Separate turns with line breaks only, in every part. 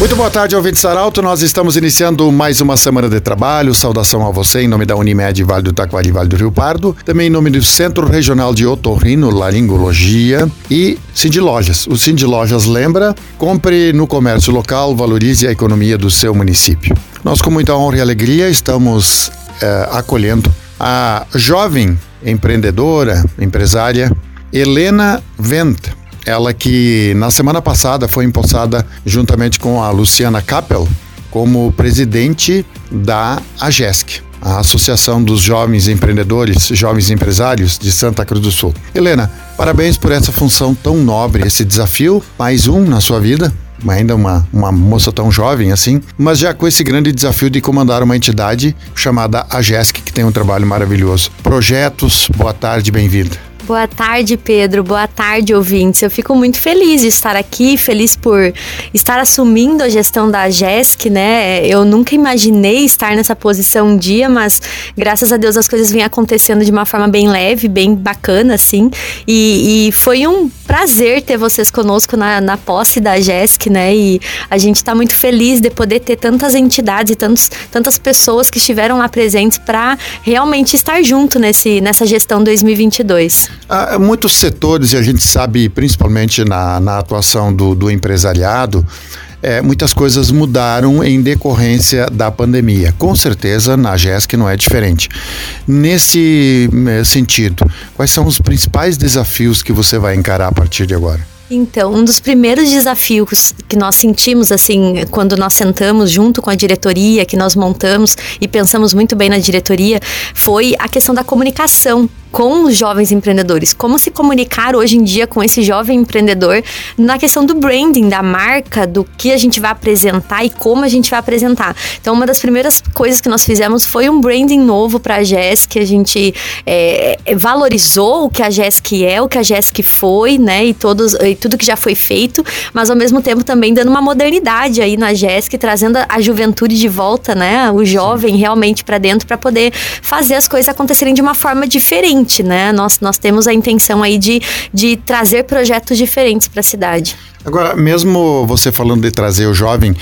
Muito boa tarde, ouvinte Saralto. Nós estamos iniciando mais uma semana de trabalho. Saudação a você em nome da Unimed Vale do Taquari, Vale do Rio Pardo. Também em nome do Centro Regional de Otorrinolaringologia e Cindy Lojas. O Cindy Lojas lembra, compre no comércio local, valorize a economia do seu município. Nós, com muita honra e alegria, estamos acolhendo a jovem empreendedora, empresária, Helena Wendt. Ela que na semana passada foi empossada juntamente com a Luciana Kappel como presidente da AGESC, a Associação dos Jovens Empreendedores, Jovens Empresários de Santa Cruz do Sul. Helena, parabéns por essa função tão nobre, esse desafio, mais um na sua vida, ainda uma moça tão jovem assim, mas já com esse grande desafio de comandar uma entidade chamada AGESC, que tem um trabalho maravilhoso. Projetos, boa tarde, bem-vinda.
Boa tarde, Pedro. Boa tarde, ouvintes. Eu fico muito feliz de estar aqui, feliz por estar assumindo a gestão da AGESC, né? Eu nunca imaginei estar nessa posição um dia, mas graças a Deus as coisas vêm acontecendo de uma forma bem leve, bem bacana, assim. E foi um prazer ter vocês conosco na posse da AGESC, né? E a gente está muito feliz de poder ter tantas entidades e tantas pessoas que estiveram lá presentes para realmente estar junto nessa gestão 2022.
Há muitos setores, e a gente sabe principalmente na atuação do empresariado, muitas coisas mudaram em decorrência da pandemia. Com certeza na AGESC não é diferente. Nesse sentido, quais são os principais desafios que você vai encarar a partir de agora?
Então, um dos primeiros desafios que nós sentimos, assim, quando nós sentamos junto com a diretoria, que nós montamos e pensamos muito bem na diretoria, foi a questão da comunicação com os jovens empreendedores. Como se comunicar hoje em dia com esse jovem empreendedor na questão do branding, da marca, do que a gente vai apresentar e como a gente vai apresentar. Então, uma das primeiras coisas que nós fizemos foi um branding novo para a AGESC, que a gente valorizou o que a AGESC é, o que a AGESC foi, né, e tudo que já foi feito, mas ao mesmo tempo também dando uma modernidade aí na AGESC, trazendo a juventude de volta, né, o jovem realmente para dentro, para poder fazer as coisas acontecerem de uma forma diferente. Né? Nós temos a intenção aí de trazer projetos diferentes para a cidade.
Agora, mesmo você falando de trazer o jovem,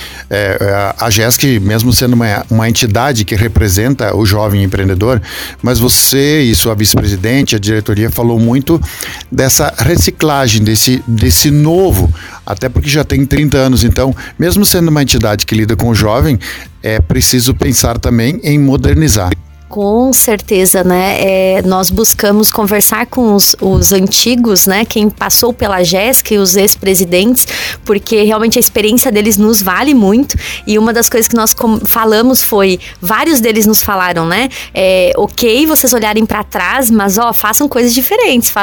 a AGESC, mesmo sendo uma entidade que representa o jovem empreendedor, mas você e sua vice-presidente, a diretoria, falou muito dessa reciclagem, desse novo, até porque já tem 30 anos, então, mesmo sendo uma entidade que lida com o jovem, é preciso pensar também em modernizar.
Com certeza, né? Nós buscamos conversar com os antigos, né? Quem passou pela AGESC, os ex-presidentes, porque realmente a experiência deles nos vale muito. E uma das coisas que nós falamos foi, vários deles nos falaram, né? Ok, vocês olharem para trás, mas façam coisas diferentes,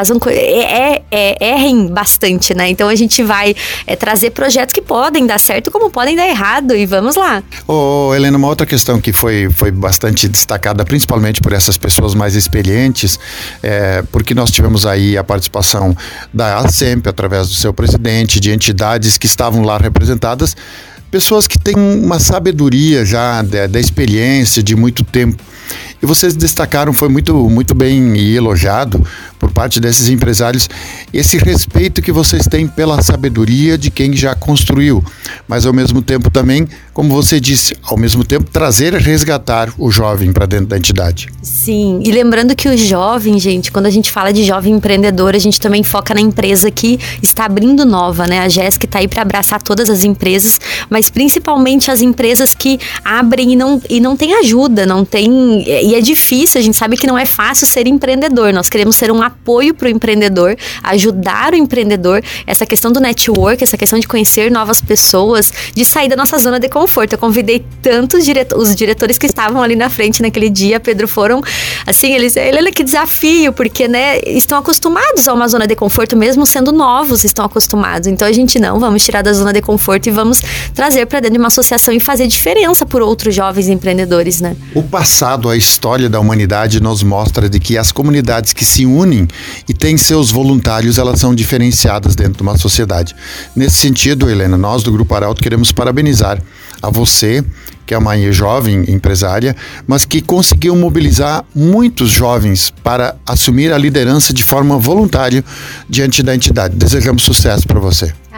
errem bastante, né? Então a gente vai trazer projetos que podem dar certo, como podem dar errado, e vamos lá.
Helena, uma outra questão que foi bastante destacada, principalmente por essas pessoas mais experientes, porque nós tivemos aí a participação da ASEMP, através do seu presidente, de entidades que estavam lá representadas, pessoas que têm uma sabedoria já da experiência de muito tempo. E vocês destacaram, foi muito, muito bem e elogiado por parte desses empresários, esse respeito que vocês têm pela sabedoria de quem já construiu, mas ao mesmo tempo também, como você disse, ao mesmo tempo trazer e resgatar o jovem para dentro da entidade.
Sim, e lembrando que o jovem, gente, quando a gente fala de jovem empreendedor, a gente também foca na empresa que está abrindo nova, né? A AGESC está aí para abraçar todas as empresas, mas principalmente as empresas que abrem e não tem ajuda, não tem... E é difícil, a gente sabe que não é fácil ser empreendedor. Nós queremos ser um apoio para o empreendedor, ajudar o empreendedor, essa questão do network, essa questão de conhecer novas pessoas, de sair da nossa zona de conforto. Eu convidei tantos os diretores que estavam ali na frente naquele dia, Pedro, foram assim, olha que desafio, porque, né, estão acostumados a uma zona de conforto, mesmo sendo novos, estão acostumados. Então a gente vamos tirar da zona de conforto e vamos trazer para dentro de uma associação e fazer diferença por outros jovens empreendedores, né?
O passado, a história da humanidade nos mostra de que as comunidades que se unem e têm seus voluntários, elas são diferenciadas dentro de uma sociedade. Nesse sentido, Helena, nós do Grupo Arauto queremos parabenizar a você, que é uma jovem empresária, mas que conseguiu mobilizar muitos jovens para assumir a liderança de forma voluntária diante da entidade. Desejamos sucesso para você.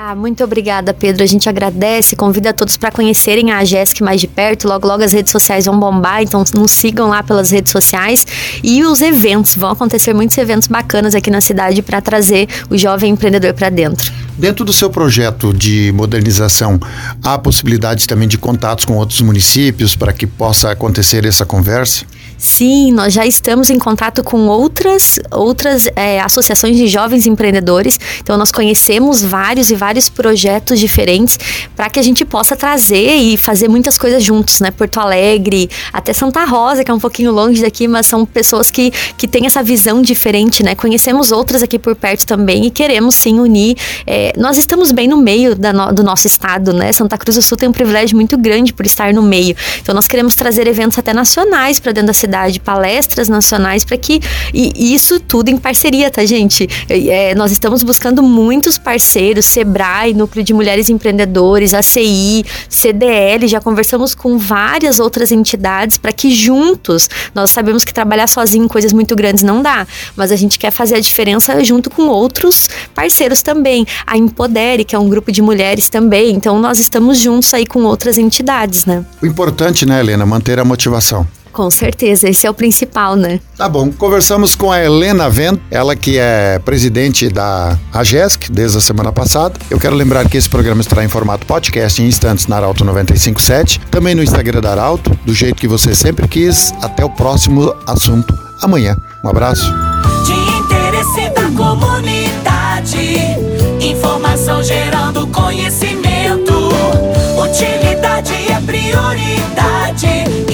Muito obrigada, Pedro. A gente agradece, convida todos para conhecerem a AGESC mais de perto. Logo, logo as redes sociais vão bombar, então nos sigam lá pelas redes sociais. E os eventos, vão acontecer muitos eventos bacanas aqui na cidade para trazer o jovem empreendedor para dentro.
Dentro do seu projeto de modernização, há possibilidade também de contatos com outros municípios para que possa acontecer essa conversa?
Sim, nós já estamos em contato com outras associações de jovens empreendedores. Então, nós conhecemos vários projetos diferentes para que a gente possa trazer e fazer muitas coisas juntos, né? Porto Alegre, até Santa Rosa, que é um pouquinho longe daqui, mas são pessoas que têm essa visão diferente, né? Conhecemos outras aqui por perto também e queremos sim unir. Nós estamos bem no meio do nosso estado, né? Santa Cruz do Sul tem um privilégio muito grande por estar no meio. Então, nós queremos trazer eventos até nacionais para dentro da cidade, palestras nacionais, para que... E isso tudo em parceria, tá, gente? Nós estamos buscando muitos parceiros, Sebrae, Núcleo de Mulheres Empreendedores, ACI, CDL, já conversamos com várias outras entidades para que juntos, nós sabemos que trabalhar sozinho em coisas muito grandes não dá, mas a gente quer fazer a diferença junto com outros parceiros também. A Empodere, que é um grupo de mulheres também, então nós estamos juntos aí com outras entidades, né?
O importante, né, Helena, manter a motivação.
Com certeza, esse é o principal, né?
Tá bom, conversamos com a Helena Vento, ela que é presidente da AGESC desde a semana passada. Eu quero lembrar que esse programa estará em formato podcast em instantes na Arauto 95.7, também no Instagram da Arauto, do jeito que você sempre quis. Até o próximo assunto amanhã. Um abraço.
De interesse da comunidade, informação gerando conhecimento, utilidade é prioridade.